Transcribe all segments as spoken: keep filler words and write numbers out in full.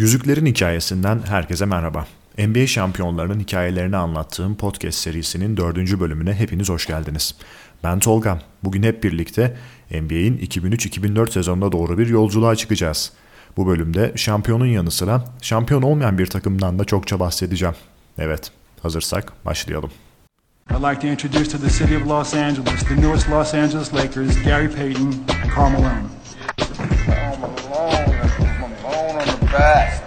Yüzüklerin Hikayesinden herkese merhaba. N B A şampiyonlarının hikayelerini anlattığım podcast serisinin dördüncü bölümüne hepiniz hoş geldiniz. Ben Tolga. Bugün hep birlikte N B A'in iki bin üç iki bin dört sezonuna doğru bir yolculuğa çıkacağız. Bu bölümde şampiyonun yanı sıra şampiyon olmayan bir takımdan da çokça bahsedeceğim. Evet, hazırsak başlayalım. I'd like to introduce to the city of Los Angeles, the newest Los Angeles Lakers, Gary Payton and Karl Malone. Karl Malone, Malone on the best.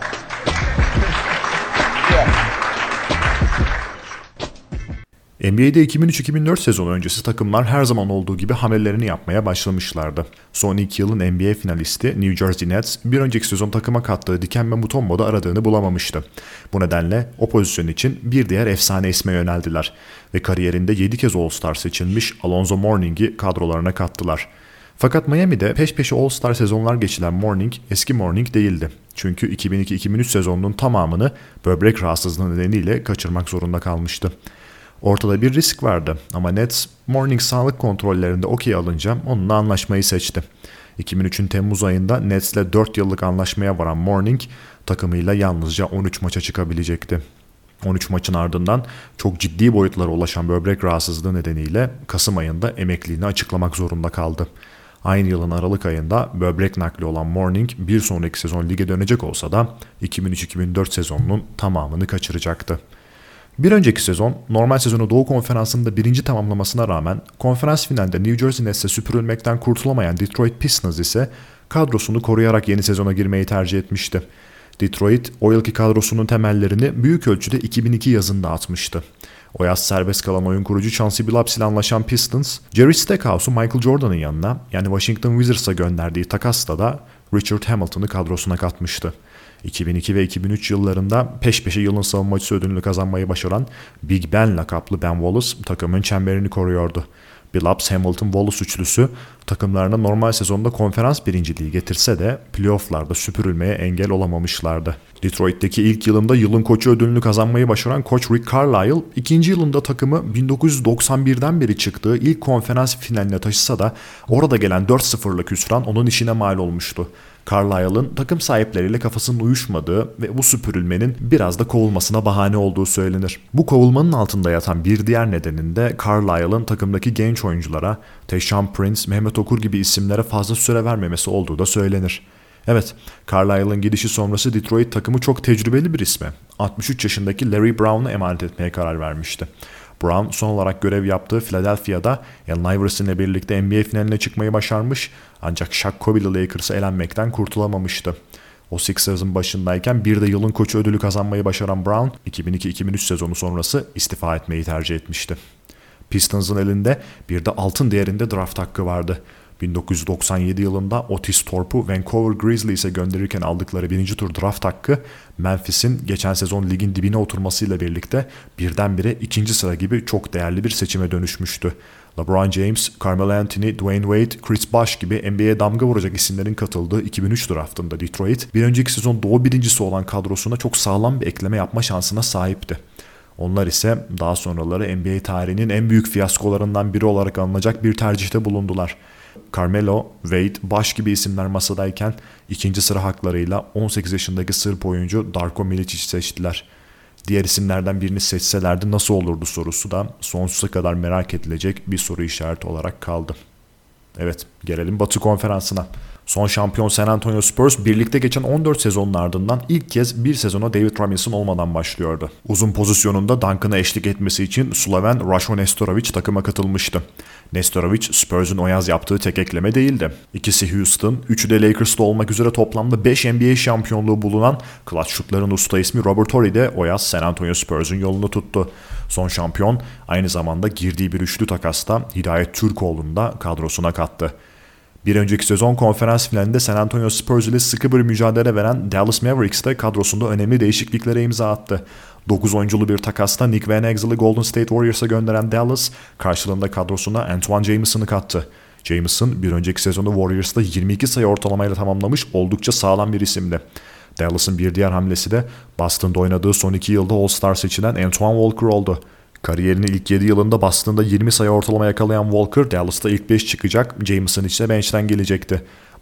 N B A'de iki bin üç iki bin dört sezonu öncesi takımlar her zaman olduğu gibi hamlelerini yapmaya başlamışlardı. Son iki yılın N B A finalisti New Jersey Nets bir önceki sezon takıma kattığı Dikembe Mutombo'da aradığını bulamamıştı. Bu nedenle o pozisyon için bir diğer efsane isme yöneldiler ve kariyerinde yedi kez All-Star seçilmiş Alonzo Mourning'i kadrolarına kattılar. Fakat Miami'de peş peşe All-Star sezonlar geçilen Mourning eski Mourning değildi. Çünkü iki bin iki iki bin üç sezonunun tamamını böbrek rahatsızlığı nedeniyle kaçırmak zorunda kalmıştı. Ortada bir risk vardı ama Nets Mourning sağlık kontrollerinde okey alınca onunla anlaşmayı seçti. iki bin üçün Temmuz ayında Nets'le dört yıllık anlaşmaya varan Mourning takımıyla yalnızca on üç maça çıkabilecekti. on üç maçın ardından çok ciddi boyutlara ulaşan böbrek rahatsızlığı nedeniyle Kasım ayında emekliliğini açıklamak zorunda kaldı. Aynı yılın Aralık ayında böbrek nakli olan Mourning bir sonraki sezon lige dönecek olsa da iki bin üç iki bin dört sezonunun tamamını kaçıracaktı. Bir önceki sezon normal sezonu Doğu Konferansı'nda birinci tamamlamasına rağmen konferans finalde New Jersey Nets'e süpürülmekten kurtulamayan Detroit Pistons ise kadrosunu koruyarak yeni sezona girmeyi tercih etmişti. Detroit o yılki kadrosunun temellerini büyük ölçüde iki bin iki yazında atmıştı. O yaz serbest kalan oyun kurucu Chauncey Billups ile anlaşan Pistons, Jerry Stackhouse'u Michael Jordan'ın yanına yani Washington Wizards'a gönderdiği takasla da Richard Hamilton'ı kadrosuna katmıştı. iki bin iki ve iki bin üç yıllarında peş peşe yılın savunmacısı ödülünü kazanmayı başaran Big Ben lakaplı Ben Wallace takımın çemberini koruyordu. Billups, Hamilton, Wallace üçlüsü takımlarına normal sezonda konferans birinciliği getirse de playoff'larda süpürülmeye engel olamamışlardı. Detroit'teki ilk yılında yılın koçu ödülünü kazanmayı başaran koç Rick Carlisle, ikinci yılında takımı bin dokuz yüz doksan birden beri çıktığı ilk konferans finaline taşısa da orada gelen dört sıfırlık hüsran onun işine mal olmuştu. Carlisle'ın takım sahipleriyle kafasının uyuşmadığı ve bu süpürülmenin biraz da kovulmasına bahane olduğu söylenir. Bu kovulmanın altında yatan bir diğer nedenin de Carlisle'ın takımdaki genç oyunculara Tayshaun Prince, Mehmet Okur gibi isimlere fazla süre vermemesi olduğu da söylenir. Evet, Carlisle'ın gidişi sonrası Detroit takımı çok tecrübeli bir isme, altmış üç yaşındaki Larry Brown'u emanet etmeye karar vermişti. Brown son olarak görev yaptığı Philadelphia'da Allen Iverson ile birlikte N B A finaline çıkmayı başarmış ancak Shaq Kobe'li Lakers'a elenmekten kurtulamamıştı. O Sixers'ın başındayken bir de yılın koçu ödülü kazanmayı başaran Brown iki bin iki iki bin üç sezonu sonrası istifa etmeyi tercih etmişti. Pistons'ın elinde bir de altın değerinde draft hakkı vardı. bin dokuz yüz doksan yedi yılında Otis Thorpe'u Vancouver Grizzlies'e gönderirken aldıkları birinci tur draft hakkı Memphis'in geçen sezon ligin dibine oturmasıyla birlikte birdenbire ikinci sıra gibi çok değerli bir seçime dönüşmüştü. LeBron James, Carmelo Anthony, Dwayne Wade, Chris Bosh gibi N B A'ye damga vuracak isimlerin katıldığı iki bin üç draftında Detroit, bir önceki sezon Doğu birincisi olan kadrosuna çok sağlam bir ekleme yapma şansına sahipti. Onlar ise daha sonraları N B A tarihinin en büyük fiyaskolarından biri olarak anılacak bir tercihte bulundular. Carmelo, Wade, Bosh gibi isimler masadayken ikinci sıra haklarıyla on sekiz yaşındaki Sırp oyuncu Darko Milicic'i seçtiler. Diğer isimlerden birini seçselerdi nasıl olurdu sorusu da sonsuza kadar merak edilecek bir soru işareti olarak kaldı. Evet, gelelim Batı Konferansı'na. Son şampiyon San Antonio Spurs birlikte geçen on dört sezonun ardından ilk kez bir sezona David Robinson olmadan başlıyordu. Uzun pozisyonunda Duncan'a eşlik etmesi için Sloven Rašo Nestorović takıma katılmıştı. Nestorović, Spurs'un o yaz yaptığı tek ekleme değildi. İkisi Houston, üçü de Lakers'ta olmak üzere toplamda beş N B A şampiyonluğu bulunan clutch şutların usta ismi Robert Horry de o yaz San Antonio Spurs'un yolunu tuttu. Son şampiyon aynı zamanda girdiği bir üçlü takasta Hidayet Türkoğlu'nu da kadrosuna kattı. Bir önceki sezon konferans finalinde San Antonio Spurs ile sıkı bir mücadele veren Dallas Mavericks de kadrosunda önemli değişikliklere imza attı. dokuz oyunculu bir takasta Nick Van Exel'i Golden State Warriors'a gönderen Dallas, karşılığında kadrosuna Antoine Jameson'ı kattı. Jameson bir önceki sezonu Warriors'ta yirmi iki sayı ortalamayla tamamlamış oldukça sağlam bir isimdi. Dallas'ın bir diğer hamlesi de Boston'da oynadığı son iki yılda All-Star seçilen Antoine Walker oldu. Kariyerinin ilk yedi yılında Boston'da yirmi sayı ortalama yakalayan Walker, Dallas'ta ilk beş çıkacak, Jameson ise bench'ten gelecekti.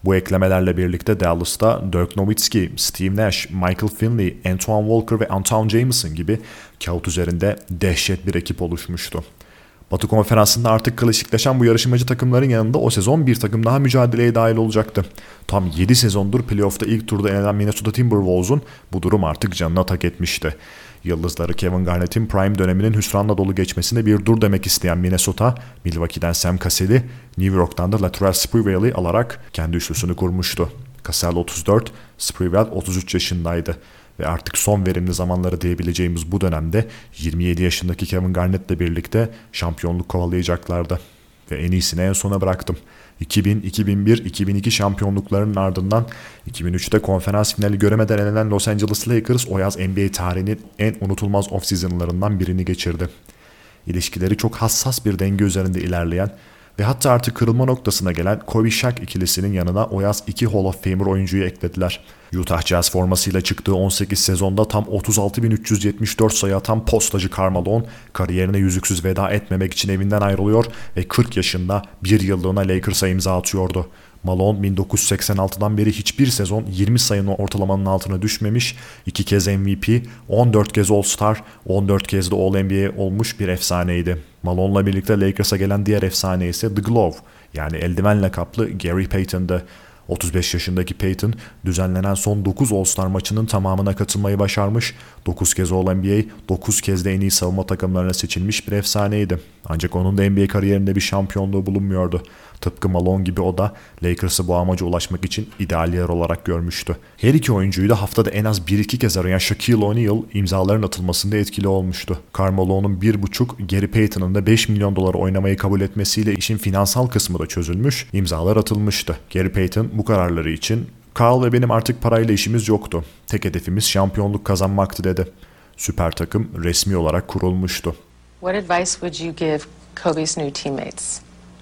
Bu eklemelerle birlikte Dallas'ta Dirk Nowitzki, Steve Nash, Michael Finley, Antoine Walker ve Antawn Jamison gibi kağıt üzerinde dehşet bir ekip oluşmuştu. Batı Konferansı'nda artık klasikleşen bu yarışmacı takımların yanında o sezon bir takım daha mücadeleye dahil olacaktı. Tam yedi sezondur playoff'ta ilk turda elenen Minnesota Timberwolves'un bu durum artık canına tak etmişti. Yıldızları Kevin Garnett'in prime döneminin hüsranla dolu geçmesine bir dur demek isteyen Minnesota, Milwaukee'den Sam Cassell'i, New York'tan da Latrell Sprewell'i alarak kendi üçlüsünü kurmuştu. Cassell otuz dört, Sprewell otuz üç yaşındaydı. Ve artık son verimli zamanları diyebileceğimiz bu dönemde yirmi yedi yaşındaki Kevin Garnett'le birlikte şampiyonluk kovalayacaklardı. Ve en iyisini en sona bıraktım. iki bin, iki bin bir, iki bin iki şampiyonluklarının ardından iki bin üçte konferans finali göremeden elenen Los Angeles Lakers o yaz N B A tarihinin en unutulmaz off-season'larından birini geçirdi. İlişkileri çok hassas bir denge üzerinde ilerleyen ve hatta artık kırılma noktasına gelen Kobe-Shaq ikilisinin yanına o yaz iki Hall of Famer oyuncuyu eklediler. Utah Jazz formasıyla çıktığı on sekiz sezonda tam otuz altı bin üç yüz yetmiş dört sayı atan postacı Karl Malone kariyerine yüzüksüz veda etmemek için evinden ayrılıyor ve kırk yaşında bir yıllığına Lakers'a imza atıyordu. Malone bin dokuz yüz seksen altıdan beri hiçbir sezon yirmi sayının ortalamanın altına düşmemiş, iki kez M V P, on dört kez All-Star, on dört kez de All N B A olmuş bir efsaneydi. Malone'la birlikte Lakers'a gelen diğer efsane ise The Glove, yani eldivenle kaplı Gary Payton'dı. otuz beş yaşındaki Payton düzenlenen son dokuz All-Star maçının tamamına katılmayı başarmış, dokuz kez All N B A, dokuz kez de en iyi savunma takımlarına seçilmiş bir efsaneydi. Ancak onun da N B A kariyerinde bir şampiyonluğu bulunmuyordu. Tıpkı Malone gibi o da Lakers'ı bu amaca ulaşmak için ideal yer olarak görmüştü. Her iki oyuncuyu da haftada en az bir iki kez arayan Shaquille O'Neal imzaların atılmasında etkili olmuştu. Karl Malone'un bir buçuk, Gary Payton'ın da beş milyon dolar oynamayı kabul etmesiyle işin finansal kısmı da çözülmüş, imzalar atılmıştı. Gary Payton bu kararları için "Karl ve benim artık parayla işimiz yoktu. Tek hedefimiz şampiyonluk kazanmaktı" dedi. Süper takım resmi olarak kurulmuştu. What advice would you give Kobe's new teammates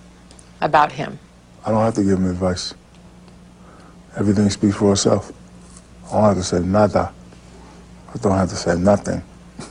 about him? I don't have to give him advice. Everything speaks for itself. I don't have to say nada. I don't have to say nothing.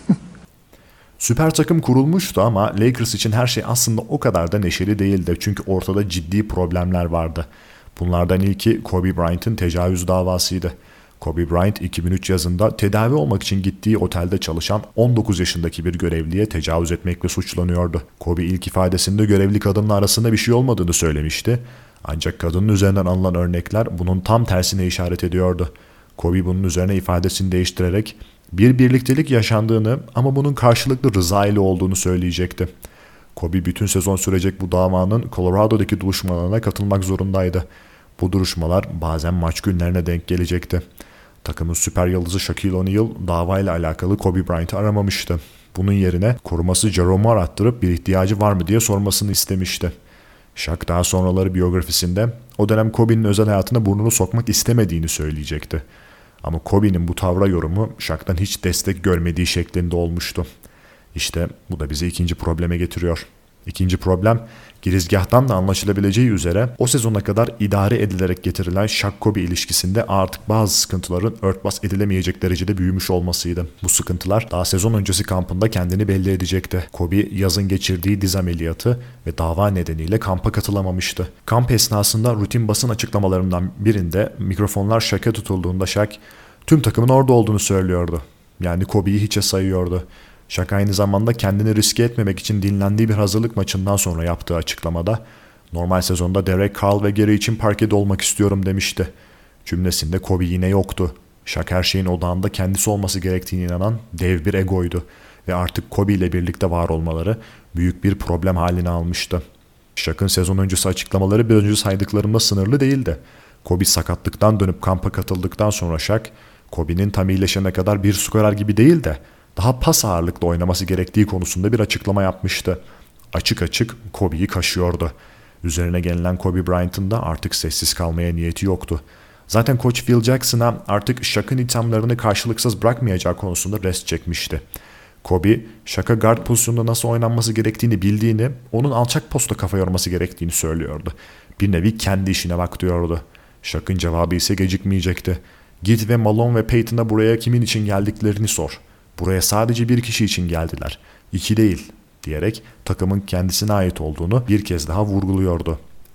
Süper takım kurulmuştu ama Lakers için her şey aslında o kadar da neşeli değildi. Çünkü ortada ciddi problemler vardı. Bunlardan ilki Kobe Bryant'ın tecavüz davasıydı. Kobe Bryant iki bin üç yazında tedavi olmak için gittiği otelde çalışan on dokuz yaşındaki bir görevliye tecavüz etmekle suçlanıyordu. Kobe ilk ifadesinde görevli kadınla arasında bir şey olmadığını söylemişti. Ancak kadının üzerinden alınan örnekler bunun tam tersine işaret ediyordu. Kobe bunun üzerine ifadesini değiştirerek bir birliktelik yaşandığını ama bunun karşılıklı rıza ile olduğunu söyleyecekti. Kobe bütün sezon sürecek bu davanın Colorado'daki duruşmalarına katılmak zorundaydı. Bu duruşmalar bazen maç günlerine denk gelecekti. Takımın süper yıldızı Shaquille O'Neal davayla alakalı Kobe Bryant'ı aramamıştı. Bunun yerine koruması Jerome Moore attırıp bir ihtiyacı var mı diye sormasını istemişti. Shaq daha sonraları biyografisinde o dönem Kobe'nin özel hayatına burnunu sokmak istemediğini söyleyecekti. Ama Kobe'nin bu tavra yorumu Shaq'tan hiç destek görmediği şeklinde olmuştu. İşte bu da bizi ikinci probleme getiriyor. İkinci problem, girizgahtan da anlaşılabileceği üzere o sezona kadar idare edilerek getirilen Shaq-Kobe ilişkisinde artık bazı sıkıntıların örtbas edilemeyecek derecede büyümüş olmasıydı. Bu sıkıntılar daha sezon öncesi kampında kendini belli edecekti. Kobe yazın geçirdiği diz ameliyatı ve dava nedeniyle kampa katılamamıştı. Kamp esnasında rutin basın açıklamalarından birinde mikrofonlar Shaq'a tutulduğunda Shaq tüm takımın orada olduğunu söylüyordu. Yani Kobe'yi hiçe sayıyordu. Shaq aynı zamanda kendini riske etmemek için dinlendiği bir hazırlık maçından sonra yaptığı açıklamada normal sezonda Derek, Karl ve Gary için parkede olmak istiyorum demişti. Cümlesinde Kobe yine yoktu. Shaq her şeyin odağında kendisi olması gerektiğine inanan dev bir egoydu ve artık Kobe ile birlikte var olmaları büyük bir problem haline almıştı. Shaq'ın sezon öncesi açıklamaları bir önce saydıklarımla sınırlı değildi. Kobe sakatlıktan dönüp kampa katıldıktan sonra Shaq, Kobe'nin tam iyileşene kadar bir skorer gibi değil de daha pas ağırlıklı oynaması gerektiği konusunda bir açıklama yapmıştı. Açık açık Kobe'yi kaşıyordu. Üzerine gelinen Kobe Bryant'ın da artık sessiz kalmaya niyeti yoktu. Zaten koç Phil Jackson'a artık Shaq'ın ithamlarını karşılıksız bırakmayacağı konusunda rest çekmişti. Kobe, Shaq'a guard pozisyonunda nasıl oynanması gerektiğini bildiğini, onun alçak posta kafa yorması gerektiğini söylüyordu. Bir nevi kendi işine bak diyordu. Shaq'ın cevabı ise gecikmeyecekti. Git ve Malone ve Payton'a buraya kimin için geldiklerini sor. Buraya sadece bir kişi için geldiler. İki değil diyerek takımın kendisine ait olduğunu bir kez daha vurguluyordu.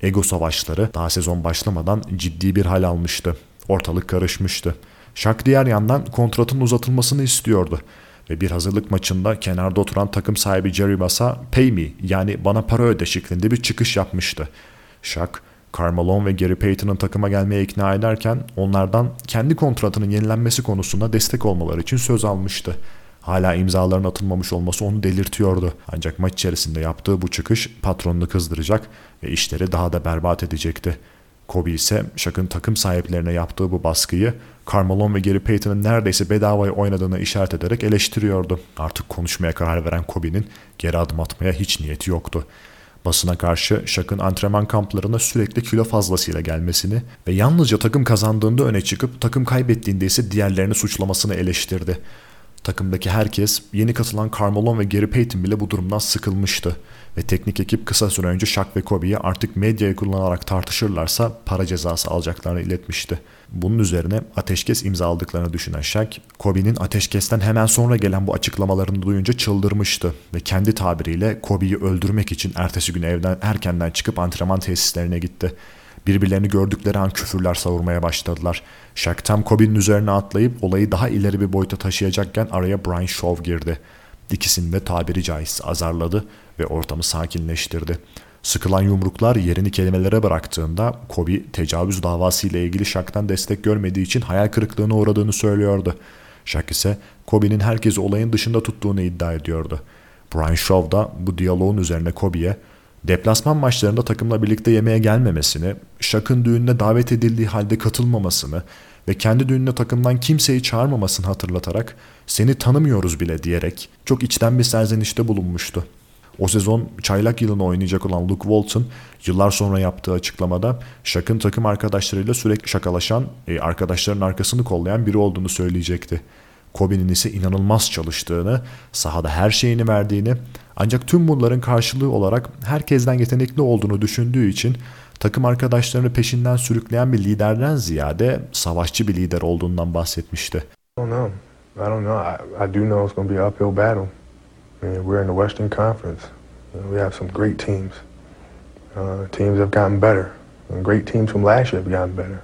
Ego savaşları daha sezon başlamadan ciddi bir hal almıştı. Ortalık karışmıştı. Shaq diğer yandan kontratın uzatılmasını istiyordu. Ve bir hazırlık maçında kenarda oturan takım sahibi Jerry Buss'a "Pay me" yani bana para öde şeklinde bir çıkış yapmıştı. Shaq, Karl Malone ve Gary Payton'ın takıma gelmeye ikna ederken onlardan kendi kontratının yenilenmesi konusunda destek olmaları için söz almıştı. Hala imzaların atılmamış olması onu delirtiyordu. Ancak maç içerisinde yaptığı bu çıkış patronunu kızdıracak ve işleri daha da berbat edecekti. Kobe ise Shaq'ın takım sahiplerine yaptığı bu baskıyı Karl Malone ve Gary Payton'ın neredeyse bedavaya oynadığını işaret ederek eleştiriyordu. Artık konuşmaya karar veren Kobe'nin geri adım atmaya hiç niyeti yoktu. Basına karşı Shaq'ın antrenman kamplarına sürekli kilo fazlasıyla gelmesini ve yalnızca takım kazandığında öne çıkıp takım kaybettiğinde ise diğerlerini suçlamasını eleştirdi. Takımdaki herkes, yeni katılan Karl Malone ve Gary Payton bile bu durumdan sıkılmıştı ve teknik ekip kısa süre önce Shaq ve Kobe'yi artık medyayı kullanarak tartışırlarsa para cezası alacaklarını iletmişti. Bunun üzerine ateşkes imzaladıklarını düşünen Shaq, Kobe'nin ateşkesten hemen sonra gelen bu açıklamalarını duyunca çıldırmıştı ve kendi tabiriyle Kobe'yi öldürmek için ertesi gün evden erkenden çıkıp antrenman tesislerine gitti. Birbirlerini gördükleri an küfürler savurmaya başladılar. Shaq tam Kobe'nin üzerine atlayıp olayı daha ileri bir boyuta taşıyacakken araya Brian Shaw girdi. İkisini de tabiri caizse azarladı ve ortamı sakinleştirdi. Sıkılan yumruklar yerini kelimelere bıraktığında Kobe tecavüz davası ile ilgili Shaq'tan destek görmediği için hayal kırıklığına uğradığını söylüyordu. Shaq ise Kobe'nin herkesi olayın dışında tuttuğunu iddia ediyordu. Brian Shaw da bu diyaloğun üzerine Kobe'ye deplasman maçlarında takımla birlikte yemeğe gelmemesini, Shaq'ın düğününe davet edildiği halde katılmamasını ve kendi düğününe takımdan kimseyi çağırmamasını hatırlatarak "Seni tanımıyoruz bile" diyerek çok içten bir serzenişte bulunmuştu. O sezon çaylak yılını oynayacak olan Luke Walton yıllar sonra yaptığı açıklamada Shaq'ın takım arkadaşlarıyla sürekli şakalaşan, arkadaşların arkasını kollayan biri olduğunu söyleyecekti. Kobe'nin ise inanılmaz çalıştığını, sahada her şeyini verdiğini, ancak tüm bunların karşılığı olarak herkesten yetenekli olduğunu düşündüğü için takım arkadaşlarını peşinden sürükleyen bir liderden ziyade savaşçı bir lider olduğundan bahsetmişti. I don't know. I don't know. I, I do know it's going to be an uphill battle. I mean, we're in the Western Conference. You know, we have some great teams. Uh, teams have gotten better. And great teams from last year have gotten better.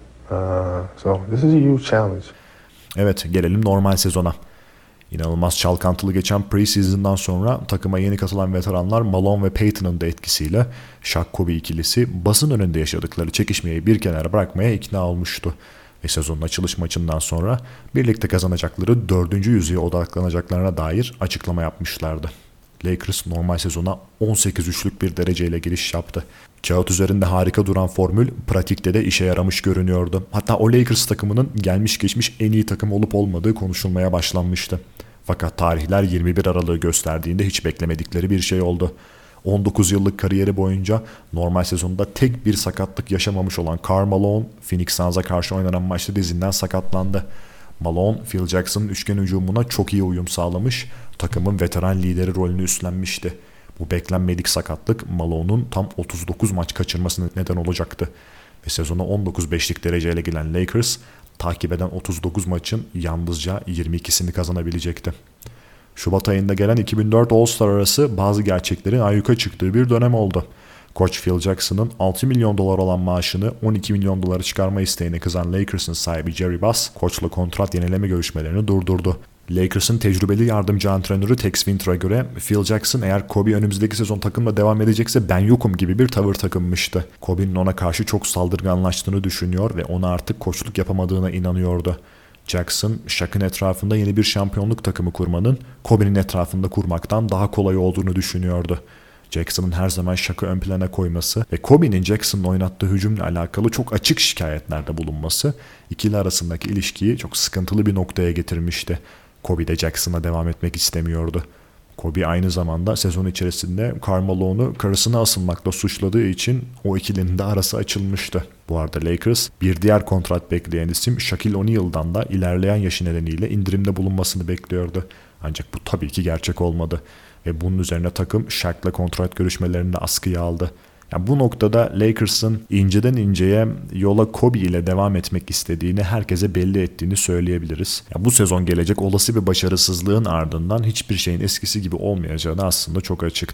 Uh, so this is a huge challenge. Evet, gelelim normal sezona. İnanılmaz çalkantılı geçen pre-season'dan sonra takıma yeni katılan veteranlar Malone ve Payton'ın da etkisiyle Shaq-Kobe ikilisi basın önünde yaşadıkları çekişmeyi bir kenara bırakmaya ikna olmuştu. Ve sezonun açılış maçından sonra birlikte kazanacakları dördüncü yüzüğe odaklanacaklarına dair açıklama yapmışlardı. Lakers normal sezona on sekiz üçlük bir dereceyle giriş yaptı. Kağıt üzerinde harika duran formül pratikte de işe yaramış görünüyordu. Hatta o Lakers takımının gelmiş geçmiş en iyi takım olup olmadığı konuşulmaya başlanmıştı. Fakat tarihler yirmi bir Aralık'ı gösterdiğinde hiç beklemedikleri bir şey oldu. on dokuz yıllık kariyeri boyunca normal sezonda tek bir sakatlık yaşamamış olan Karl Malone, Phoenix Suns'a karşı oynanan maçta dizinden sakatlandı. Malone, Phil Jackson'ın üçgen hücumuna çok iyi uyum sağlamış, takımın veteran lideri rolünü üstlenmişti. Bu beklenmedik sakatlık Malone'un tam otuz dokuz maç kaçırmasına neden olacaktı. Ve sezona on dokuz beşlik dereceyle giren Lakers, takip eden otuz dokuz maçın yalnızca yirmi ikisini kazanabilecekti. Şubat ayında gelen iki bin dört All-Star arası bazı gerçeklerin ayyuka çıktığı bir dönem oldu. Koç Phil Jackson'ın altı milyon dolar olan maaşını on iki milyon dolara çıkarma isteğine kızan Lakers'ın sahibi Jerry Buss, koçla kontrat yenileme görüşmelerini durdurdu. Lakers'ın tecrübeli yardımcı antrenörü Tex Winter'a göre Phil Jackson eğer Kobe önümüzdeki sezon takımla devam edecekse ben yokum gibi bir tavır takınmıştı. Kobe'nin ona karşı çok saldırganlaştığını düşünüyor ve ona artık koçluk yapamadığına inanıyordu. Jackson, Shaq'ın etrafında yeni bir şampiyonluk takımı kurmanın Kobe'nin etrafında kurmaktan daha kolay olduğunu düşünüyordu. Jackson'ın her zaman Shaq'ı ön plana koyması ve Kobe'nin Jackson'la oynattığı hücumla alakalı çok açık şikayetlerde bulunması ikili arasındaki ilişkiyi çok sıkıntılı bir noktaya getirmişti. Kobe de Jackson'a devam etmek istemiyordu. Kobe aynı zamanda sezon içerisinde Karl Malone'u karısına asılmakla suçladığı için o ikilinin de arası açılmıştı. Bu arada Lakers bir diğer kontrat bekleyen isim Shaquille O'Neal'dan da ilerleyen yaşı nedeniyle indirimde bulunmasını bekliyordu. Ancak bu tabii ki gerçek olmadı. Ve bunun üzerine takım Shaq'la kontrat görüşmelerini askıya aldı. Yani bu noktada Lakers'ın inceden inceye yola Kobe ile devam etmek istediğini herkese belli ettiğini söyleyebiliriz. Yani bu sezon gelecek olası bir başarısızlığın ardından hiçbir şeyin eskisi gibi olmayacağını aslında çok açıktı.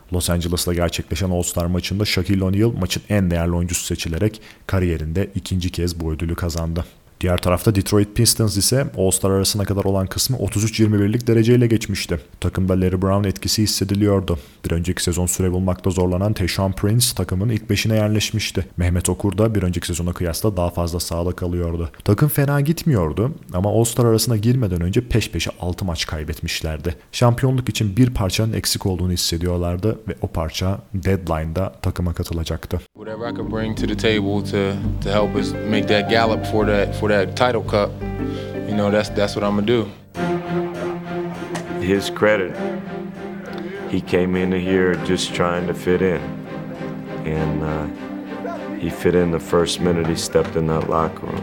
Los Angeles'la gerçekleşen All-Star maçında Shaquille O'Neal maçın en değerli oyuncusu seçilerek kariyerinde ikinci kez bu ödülü kazandı. Diğer tarafta Detroit Pistons ise All-Star arasına kadar olan kısmı otuz üç yirmi birlik dereceyle geçmişti. Takımda Larry Brown etkisi hissediliyordu. Bir önceki sezon süre bulmakta zorlanan Tayshaun Prince takımın ilk beşine yerleşmişti. Mehmet Okur da bir önceki sezona kıyasla daha fazla sahada kalıyordu. Takım fena gitmiyordu ama All-Star arasına girmeden önce peş peşe altı maç kaybetmişlerdi. Şampiyonluk için bir parçanın eksik olduğunu hissediyorlardı ve o parça deadline'da takıma katılacaktı. Whatever I can bring to the table to to help us make that gallop for that for that title cup, you know, that's that's what I'm gonna do. His credit, he came in here just trying to fit in, and uh, he fit in the first minute he stepped in that locker room.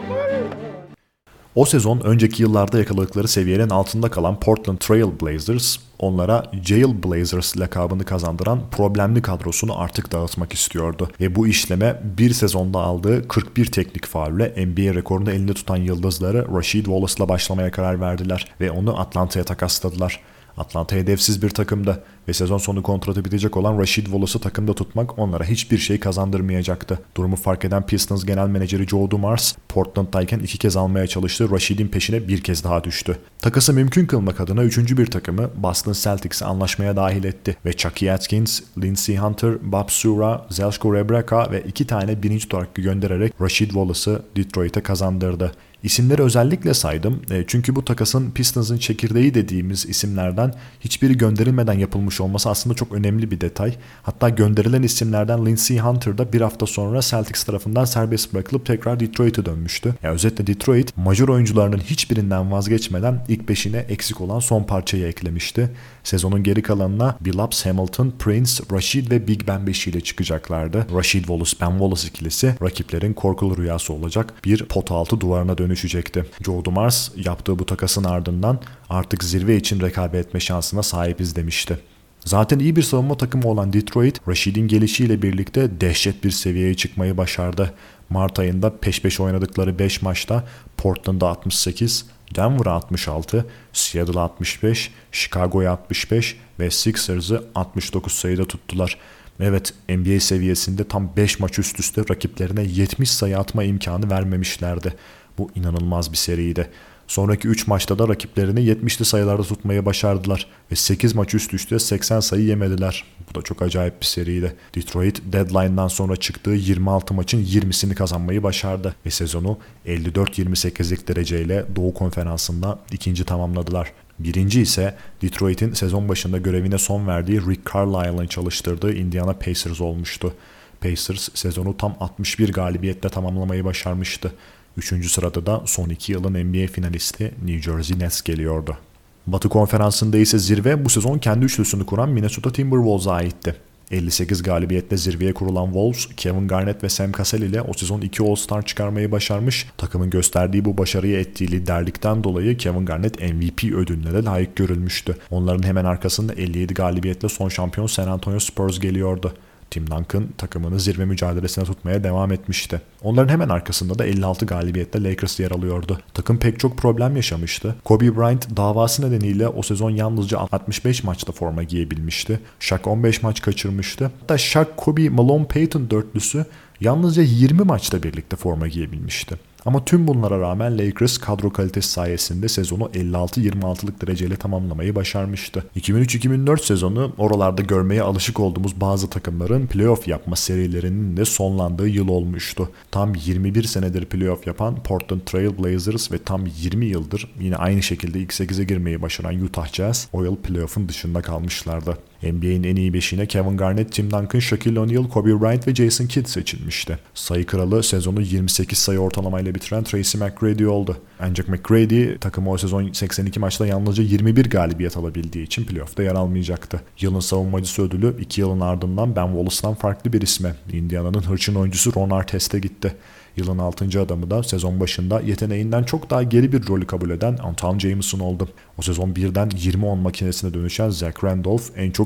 O sezon önceki yıllarda yakaladıkları seviyenin altında kalan Portland Trail Blazers, onlara Jail Blazers lakabını kazandıran problemli kadrosunu artık dağıtmak istiyordu. Ve bu işleme bir sezonda aldığı kırk bir teknik faulle N B A rekorunu elinde tutan yıldızları Rasheed Wallace'la başlamaya karar verdiler ve onu Atlanta'ya takasladılar. Atlanta hedefsiz bir takımdı ve sezon sonu kontratı bitecek olan Rasheed Wallace'ı takımda tutmak onlara hiçbir şey kazandırmayacaktı. Durumu fark eden Pistons genel menajeri Joe Dumars, Portland'dayken iki kez almaya çalıştığı Rasheed'in peşine bir kez daha düştü. Takası mümkün kılmak adına üçüncü bir takımı Boston Celtics'i anlaşmaya dahil etti ve Chucky Atkins, Lindsey Hunter, Bob Sura, Zeljko Rebreka ve iki tane birinci tur hakkı göndererek Rasheed Wallace'ı Detroit'e kazandırdı. İsimleri özellikle saydım çünkü bu takasın Pistons'ın çekirdeği dediğimiz isimlerden hiçbiri gönderilmeden yapılmış olması aslında çok önemli bir detay. Hatta gönderilen isimlerden Lindsey Hunter da bir hafta sonra Celtics tarafından serbest bırakılıp tekrar Detroit'e dönmüştü. Yani özetle Detroit, major oyuncularının hiçbirinden vazgeçmeden ilk beşine eksik olan son parçayı eklemişti. Sezonun geri kalanına Billups, Hamilton, Prince, Rasheed ve Big Ben beşiyle çıkacaklardı. Rasheed Wallace, Ben Wallace ikilisi rakiplerin korkulu rüyası olacak bir pot altı duvarına dönüşecekti. Joe Dumars yaptığı bu takasın ardından artık zirve için rekabet etme şansına sahibiz demişti. Zaten iyi bir savunma takımı olan Detroit, Rasheed'in gelişiyle birlikte dehşet bir seviyeye çıkmayı başardı. Mart ayında peş peşe oynadıkları beş maçta Portland'a altmış sekiz, Denver'a altmış altı, Seattle'a altmış beş, Chicago'ya altmış beş ve Sixers'ı altmış dokuz sayıda tuttular. Evet, N B A seviyesinde tam beş maç üst üste rakiplerine yetmiş sayı atma imkanı vermemişlerdi. Bu inanılmaz bir seriydi. Sonraki üç maçta da rakiplerini yetmişli sayılarda tutmayı başardılar ve sekiz maç üst üste seksen sayı yemediler. Bu da çok acayip bir seriydi. Detroit deadline'dan sonra çıktığı yirmi altı maçın yirmisini kazanmayı başardı ve sezonu elli dört yirmi sekizlik dereceyle Doğu Konferansı'nda ikinci tamamladılar. Birinci ise Detroit'in sezon başında görevine son verdiği Rick Carlisle'ın çalıştırdığı Indiana Pacers olmuştu. Pacers sezonu tam altmış bir galibiyetle tamamlamayı başarmıştı. Üçüncü sırada da son iki yılın N B A finalisti New Jersey Nets geliyordu. Batı Konferansı'nda ise zirve bu sezon kendi üçlüsünü kuran Minnesota Timberwolves'a aitti. elli sekiz galibiyetle zirveye kurulan Wolves, Kevin Garnett ve Sam Cassell ile o sezon iki All-Star çıkarmayı başarmış. Takımın gösterdiği bu başarıyı ettiği liderlikten dolayı Kevin Garnett M V P ödülüne de layık görülmüştü. Onların hemen arkasında elli yedi galibiyetle son şampiyon San Antonio Spurs geliyordu. Tim Duncan takımını zirve mücadelesine tutmaya devam etmişti. Onların hemen arkasında da elli altı galibiyetle Lakers yer alıyordu. Takım pek çok problem yaşamıştı. Kobe Bryant davası nedeniyle o sezon yalnızca altmış beş maçta forma giyebilmişti. Shaq on beş maç kaçırmıştı. Hatta Shaq, Kobe, Malone, Payton dörtlüsü yalnızca yirmi maçta birlikte forma giyebilmişti. Ama tüm bunlara rağmen Lakers kadro kalitesi sayesinde sezonu elli altı yirmi altılık dereceyle tamamlamayı başarmıştı. iki bin üç iki bin dört sezonu oralarda görmeye alışık olduğumuz bazı takımların playoff yapma serilerinin de sonlandığı yıl olmuştu. Tam yirmi bir senedir playoff yapan Portland Trail Blazers ve tam yirmi yıldır yine aynı şekilde ilk sekize girmeyi başaran Utah Jazz o yıl playoff'un dışında kalmışlardı. N B A'nin en iyi beşiğine Kevin Garnett, Tim Duncan, Shaquille O'Neal, Kobe Bryant ve Jason Kidd seçilmişti. Sayı kralı sezonu yirmi sekiz sayı ortalamayla bitiren Tracy McGrady oldu. Ancak McGrady takımı o sezon seksen iki maçta yalnızca yirmi bir galibiyet alabildiği için playoff'ta yer almayacaktı. Yılın savunmacısı ödülü iki yılın ardından Ben Wallace'dan farklı bir isme, Indiana'nın hırçın oyuncusu Ron Artest'e gitti. Yılın altıncı adamı da sezon başında yeteneğinden çok daha geri bir rolü kabul eden Antawn Jamison oldu. O sezon birden yirmi on makinesine dönüşen Zach Randolph en çok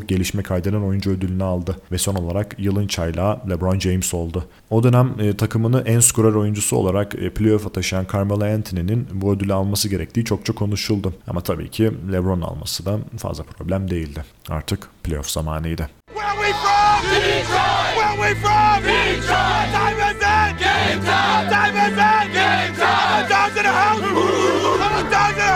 çok gelişme kaydeden oyuncu ödülünü aldı ve son olarak yılın çaylağı LeBron James oldu. O dönem e, takımını en skorer oyuncusu olarak e, playoff'a taşıyan Carmelo Anthony'nin bu ödülü alması gerektiği çokça konuşuldu. Ama tabii ki LeBron alması da fazla problem değildi. Artık playoff zamanıydı. Where we from? Detroit! Where we from? Detroit! Time is in! Game time! Time is in! Game time! Down to the house! Down to the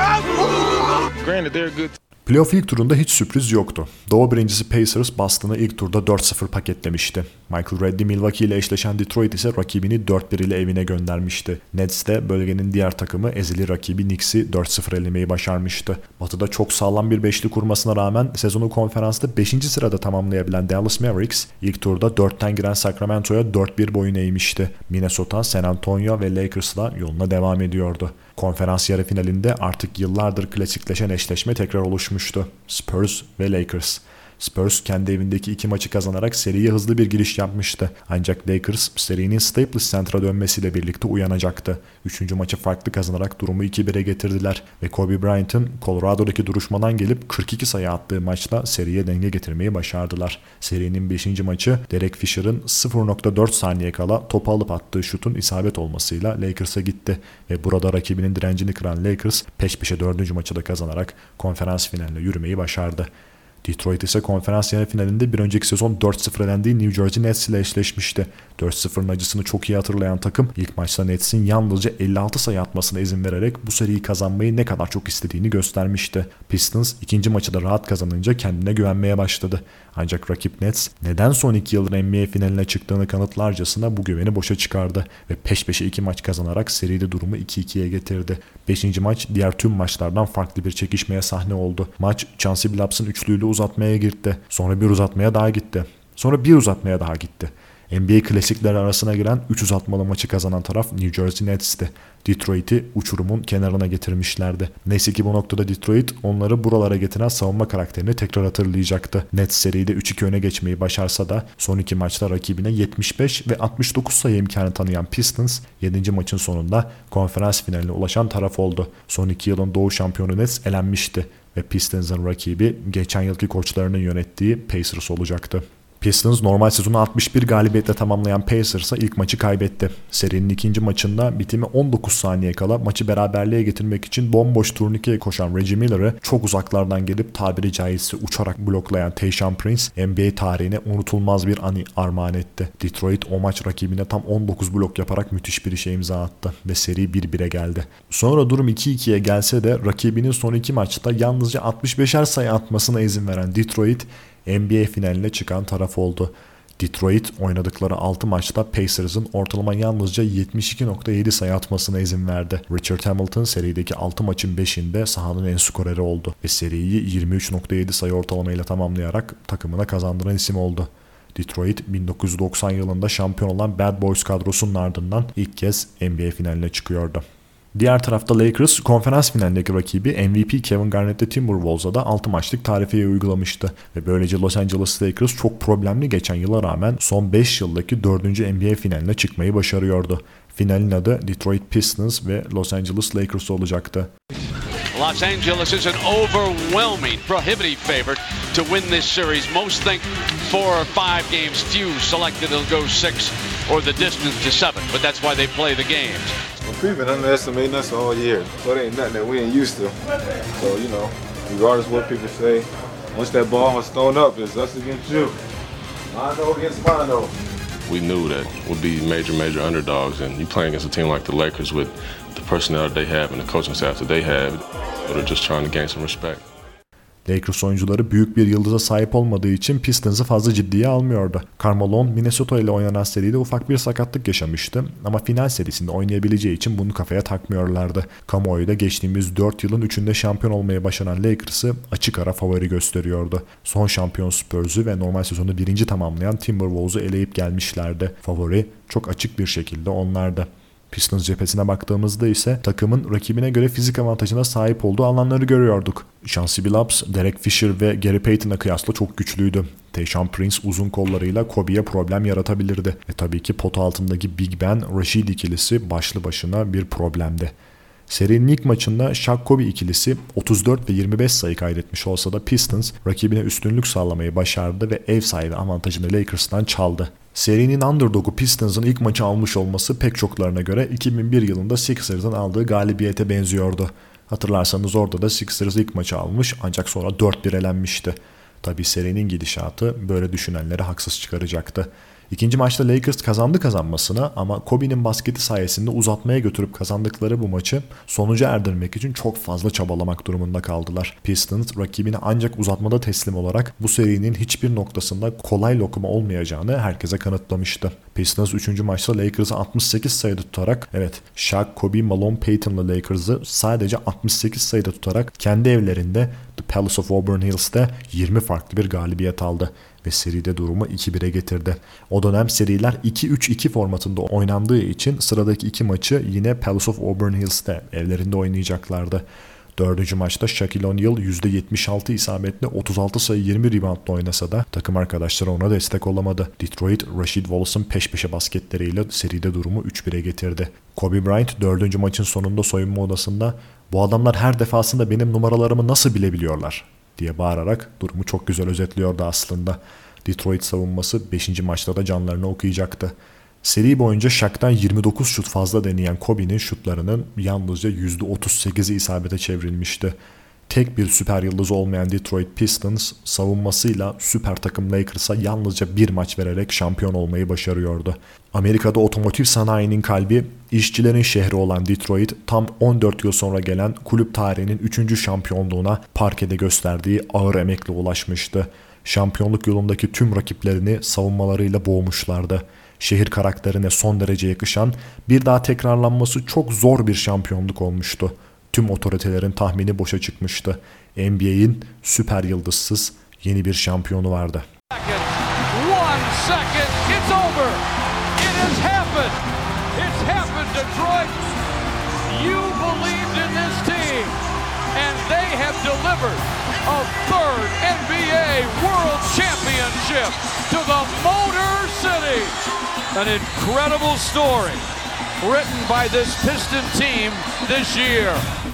house! Granted, they're good. Playoff ilk turunda hiç sürpriz yoktu. Doğu birincisi Pacers Boston'ı ilk turda dört sıfır paketlemişti. Michael Reddy Milwaukee ile eşleşen Detroit ise rakibini dört bir ile evine göndermişti. Nets de bölgenin diğer takımı ezeli rakibi Knicks'i dört sıfır elemeyi başarmıştı. Batı'da çok sağlam bir beşli kurmasına rağmen sezonu konferansta beşinci sırada tamamlayabilen Dallas Mavericks ilk turda dörtten giren Sacramento'ya dört bir boyun eğmişti. Minnesota, San Antonio ve Lakers'la yoluna devam ediyordu. Konferans yarı finalinde artık yıllardır klasikleşen eşleşme tekrar oluşmuştu. Spurs ve Lakers. Spurs kendi evindeki iki maçı kazanarak seriye hızlı bir giriş yapmıştı. Ancak Lakers serinin Staples Center'a dönmesiyle birlikte uyanacaktı. Üçüncü maçı farklı kazanarak durumu iki bire getirdiler ve Kobe Bryant'ın Colorado'daki duruşmadan gelip kırk iki sayı attığı maçla seriye denge getirmeyi başardılar. Serinin beşinci maçı Derek Fisher'ın sıfır nokta dört saniye kala topu alıp attığı şutun isabet olmasıyla Lakers'a gitti ve burada rakibinin direncini kıran Lakers peş peşe dördüncü maçı da kazanarak konferans finaline yürümeyi başardı. Detroit ise konferans yarı finalinde bir önceki sezon dört sıfır elendiği New Jersey Nets ile eşleşmişti. dört sıfırın acısını çok iyi hatırlayan takım ilk maçta Nets'in yalnızca elli altı sayı atmasına izin vererek bu seriyi kazanmayı ne kadar çok istediğini göstermişti. Pistons ikinci maçı da rahat kazanınca kendine güvenmeye başladı. Ancak rakip Nets neden son iki yıldır N B A finaline çıktığını kanıtlarcasına bu güveni boşa çıkardı ve peş peşe iki maç kazanarak seride durumu iki ikiye getirdi. beşinci maç diğer tüm maçlardan farklı bir çekişmeye sahne oldu. Maç Chauncey Billups'ın üçlüyle uzatmaya gitti. Sonra bir uzatmaya daha gitti. Sonra bir uzatmaya daha gitti. N B A klasikleri arasına giren üç uzatmalı maçı kazanan taraf New Jersey Nets'ti. Detroit'i uçurumun kenarına getirmişlerdi. Neyse ki bu noktada Detroit onları buralara getiren savunma karakterini tekrar hatırlayacaktı. Nets seride üç iki öne geçmeyi başarsa da son iki maçta rakibine yetmiş beş ve altmış dokuz sayı imkanı tanıyan Pistons yedinci maçın sonunda konferans finaline ulaşan taraf oldu. Son iki yılın Doğu şampiyonu Nets elenmişti ve Pistons'ın rakibi geçen yılki koçlarının yönettiği Pacers olacaktı. Pistons normal sezonu altmış bir galibiyetle tamamlayan Pacers'a ilk maçı kaybetti. Serinin ikinci maçında bitimi on dokuz saniye kala maçı beraberliğe getirmek için bomboş turnikeye koşan Reggie Miller'ı çok uzaklardan gelip tabiri caizse uçarak bloklayan Tayshaun Prince N B A tarihine unutulmaz bir anı armağan etti. Detroit o maç rakibine tam on dokuz blok yaparak müthiş bir işe imza attı ve seri bir bire geldi. Sonra durum iki ikiye gelse de rakibinin son iki maçta yalnızca altmış beşer sayı atmasına izin veren Detroit N B A finaline çıkan taraf oldu. Detroit oynadıkları altı maçta Pacers'ın ortalama yalnızca yetmiş iki nokta yedi sayı atmasına izin verdi. Richard Hamilton serideki altı maçın beşinde sahanın en skoreri oldu ve seriyi yirmi üç nokta yedi sayı ortalamayla tamamlayarak takımına kazandıran isim oldu. Detroit bin dokuz yüz doksan yılında şampiyon olan Bad Boys kadrosunun ardından ilk kez N B A finaline çıkıyordu. Diğer tarafta Lakers konferans finalindeki rakibi M V P Kevin Garnett'le Timberwolves'a da altı maçlık tarifiye uygulamıştı ve böylece Los Angeles Lakers çok problemli geçen yıla rağmen son beş yıldaki dördüncü N B A finaline çıkmayı başarıyordu. Finalin adı Detroit Pistons ve Los Angeles Lakers olacaktı. Los Angeles is an overwhelming, prohibitive favorite to win this series. Most think four or five games. Few selected it'll go six or the distance to seven, but that's why they play the games. Well, people been underestimating us all year, so it ain't nothing that we ain't used to. So, you know, regardless of what people say, once that ball was thrown up, it's us against you. Mono against mono. We knew that we'd be major, major underdogs, and you playing against a team like the Lakers with the personnel they have and the coaching staff that they have, they're just trying to gain some respect. Lakers oyuncuları büyük bir yıldıza sahip olmadığı için Pistons'ı fazla ciddiye almıyordu. Carmelo Minnesota ile oynanan seride ufak bir sakatlık yaşamıştı ama final serisinde oynayabileceği için bunu kafaya takmıyorlardı. Kamuoyu da geçtiğimiz dört yılın üçünde şampiyon olmayı başaran Lakers'ı açık ara favori gösteriyordu. Son şampiyon Spurs'u ve normal sezonu birinci tamamlayan Timberwolves'u eleyip gelmişlerdi. Favori çok açık bir şekilde onlardı. Pistons cephesine baktığımızda ise takımın rakibine göre fizik avantajına sahip olduğu alanları görüyorduk. Chauncey Billups, Derek Fisher ve Gary Payton'a kıyasla çok güçlüydü. Tayshaun Prince uzun kollarıyla Kobe'ye problem yaratabilirdi. Ve tabii ki pot altındaki Big Ben, Rashid ikilisi başlı başına bir problemdi. Serinin ilk maçında Shaq-Kobe ikilisi otuz dört ve yirmi beş sayı kaydetmiş olsa da Pistons rakibine üstünlük sağlamayı başardı ve ev sahibi avantajını Lakers'tan çaldı. Serinin underdog'u Pistons'ın ilk maçı almış olması pek çoklarına göre iki bin bir yılında Sixers'ın aldığı galibiyete benziyordu. Hatırlarsanız orada da Sixers ilk maçı almış ancak sonra dört bir elenmişti. Tabi serinin gidişatı böyle düşünenleri haksız çıkaracaktı. İkinci maçta Lakers kazandı kazanmasına ama Kobe'nin basketi sayesinde uzatmaya götürüp kazandıkları bu maçı sonuca erdirmek için çok fazla çabalamak durumunda kaldılar. Pistons rakibine ancak uzatmada teslim olarak bu serinin hiçbir noktasında kolay lokma olmayacağını herkese kanıtlamıştı. Pistons üçüncü maçta Lakers'ı altmış sekiz sayıda tutarak, evet Shaq, Kobe, Malone, Peyton'la Lakers'ı sadece altmış sekiz sayıda tutarak kendi evlerinde The Palace of Auburn Hills'te yirmi farklı bir galibiyet aldı ve seride durumu iki bire getirdi. O dönem seriler iki üç iki formatında oynandığı için sıradaki iki maçı yine Palace of Auburn Hills'te evlerinde oynayacaklardı. Dördüncü maçta Shaquille O'Neal yüzde yetmiş altı isabetle otuz altı sayı yirmi reboundla oynasa da takım arkadaşları ona destek olamadı. Detroit, Rasheed Wallace'ın peş peşe basketleriyle seride durumu üç bire getirdi. Kobe Bryant dördüncü maçın sonunda soyunma odasında "Bu adamlar her defasında benim numaralarımı nasıl bilebiliyorlar?" diye bağırarak durumu çok güzel özetliyordu aslında. Detroit savunması beşinci maçta da canlarını okuyacaktı. Seri boyunca Shaq'tan yirmi dokuz şut fazla deneyen Kobe'nin şutlarının yalnızca yüzde otuz sekizi isabete çevrilmişti. Tek bir süper yıldızı olmayan Detroit Pistons savunmasıyla süper takım Lakers'a yalnızca bir maç vererek şampiyon olmayı başarıyordu. Amerika'da otomotiv sanayinin kalbi, işçilerin şehri olan Detroit tam on dört yıl sonra gelen kulüp tarihinin üçüncü şampiyonluğuna parkede gösterdiği ağır emekle ulaşmıştı. Şampiyonluk yolundaki tüm rakiplerini savunmalarıyla boğmuşlardı. Şehir karakterine son derece yakışan, bir daha tekrarlanması çok zor bir şampiyonluk olmuştu. Tüm otoritelerin tahmini boşa çıkmıştı. N B A'in süper yıldızsız yeni bir şampiyonu vardı. One second, it's over. It has happened. It's happened, Detroit. You believed in this team, and they have delivered a third N B A World Championship to the Motor City. An incredible story written by this Piston team this year.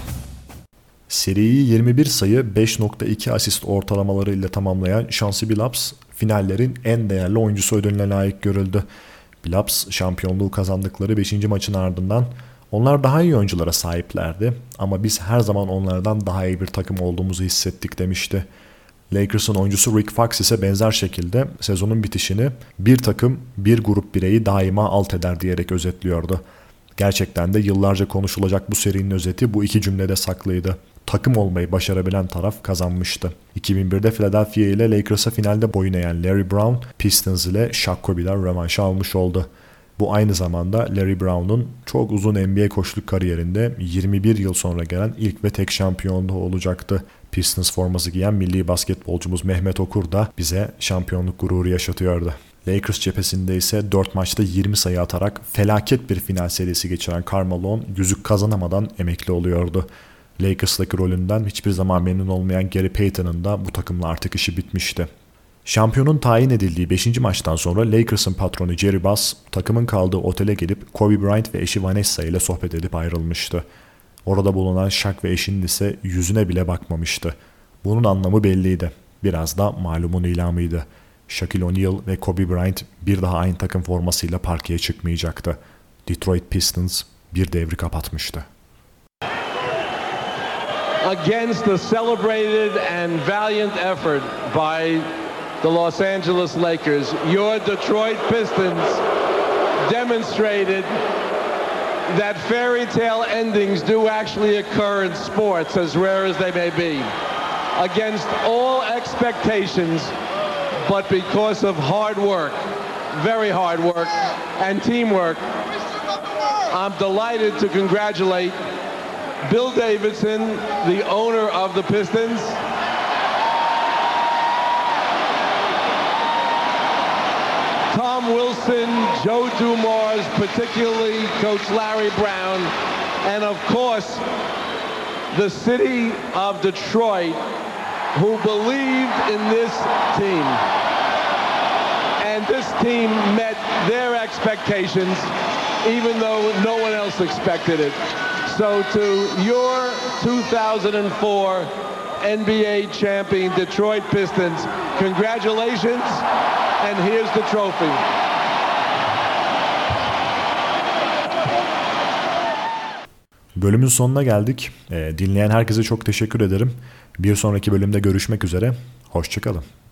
Seriyi yirmi bir sayı beş nokta iki asist ortalamalarıyla tamamlayan Chauncey Billups finallerin en değerli oyuncusu ödülüne layık görüldü. Billups şampiyonluğu kazandıkları beşinci maçın ardından "Onlar daha iyi oyunculara sahiplerdi ama biz her zaman onlardan daha iyi bir takım olduğumuzu hissettik" demişti. Lakers'ın oyuncusu Rick Fox ise benzer şekilde sezonun bitişini "Bir takım, bir grup bireyi daima alt eder" diyerek özetliyordu. Gerçekten de yıllarca konuşulacak bu serinin özeti bu iki cümlede saklıydı. Takım olmayı başarabilen taraf kazanmıştı. iki bin birde Philadelphia ile Lakers'a finalde boyun eğen Larry Brown, Pistons ile Shaq Kobe'den rövanşı almış oldu. Bu aynı zamanda Larry Brown'un çok uzun N B A koçluk kariyerinde yirmi bir yıl sonra gelen ilk ve tek şampiyonluğu olacaktı. Pistons forması giyen milli basketbolcumuz Mehmet Okur da bize şampiyonluk gururu yaşatıyordu. Lakers cephesinde ise dört maçta yirmi sayı atarak felaket bir final serisi geçiren Karl Malone yüzük kazanamadan emekli oluyordu. Lakers'daki rolünden hiçbir zaman memnun olmayan Gary Payton'ın da bu takımla artık işi bitmişti. Şampiyonun tayin edildiği beşinci maçtan sonra Lakers'ın patronu Jerry Buss takımın kaldığı otele gelip Kobe Bryant ve eşi Vanessa ile sohbet edip ayrılmıştı. Orada bulunan Shaq ve eşinin ise yüzüne bile bakmamıştı. Bunun anlamı belliydi. Biraz da malumun ilamıydı. Shaquille O'Neal ve Kobe Bryant bir daha aynı takım formasıyla parkeye çıkmayacaktı. Detroit Pistons bir devri kapatmıştı. Against the celebrated and valiant effort by the Los Angeles Lakers, your Detroit Pistons demonstrated that fairy tale endings do actually occur in sports, as rare as they may be. Against all expectations, but because of hard work, very hard work, and teamwork, I'm delighted to congratulate Bill Davidson, the owner of the Pistons, Tom Wilson, Joe Dumars, particularly Coach Larry Brown, and of course, the city of Detroit, who believed in this team. And this team met their expectations, even though no one else expected it. So to your two thousand four N B A champion Detroit Pistons, congratulations, and here's the trophy. Bölümün sonuna geldik. Ee, dinleyen herkese çok teşekkür ederim. Bir sonraki bölümde görüşmek üzere. Hoşça kalın.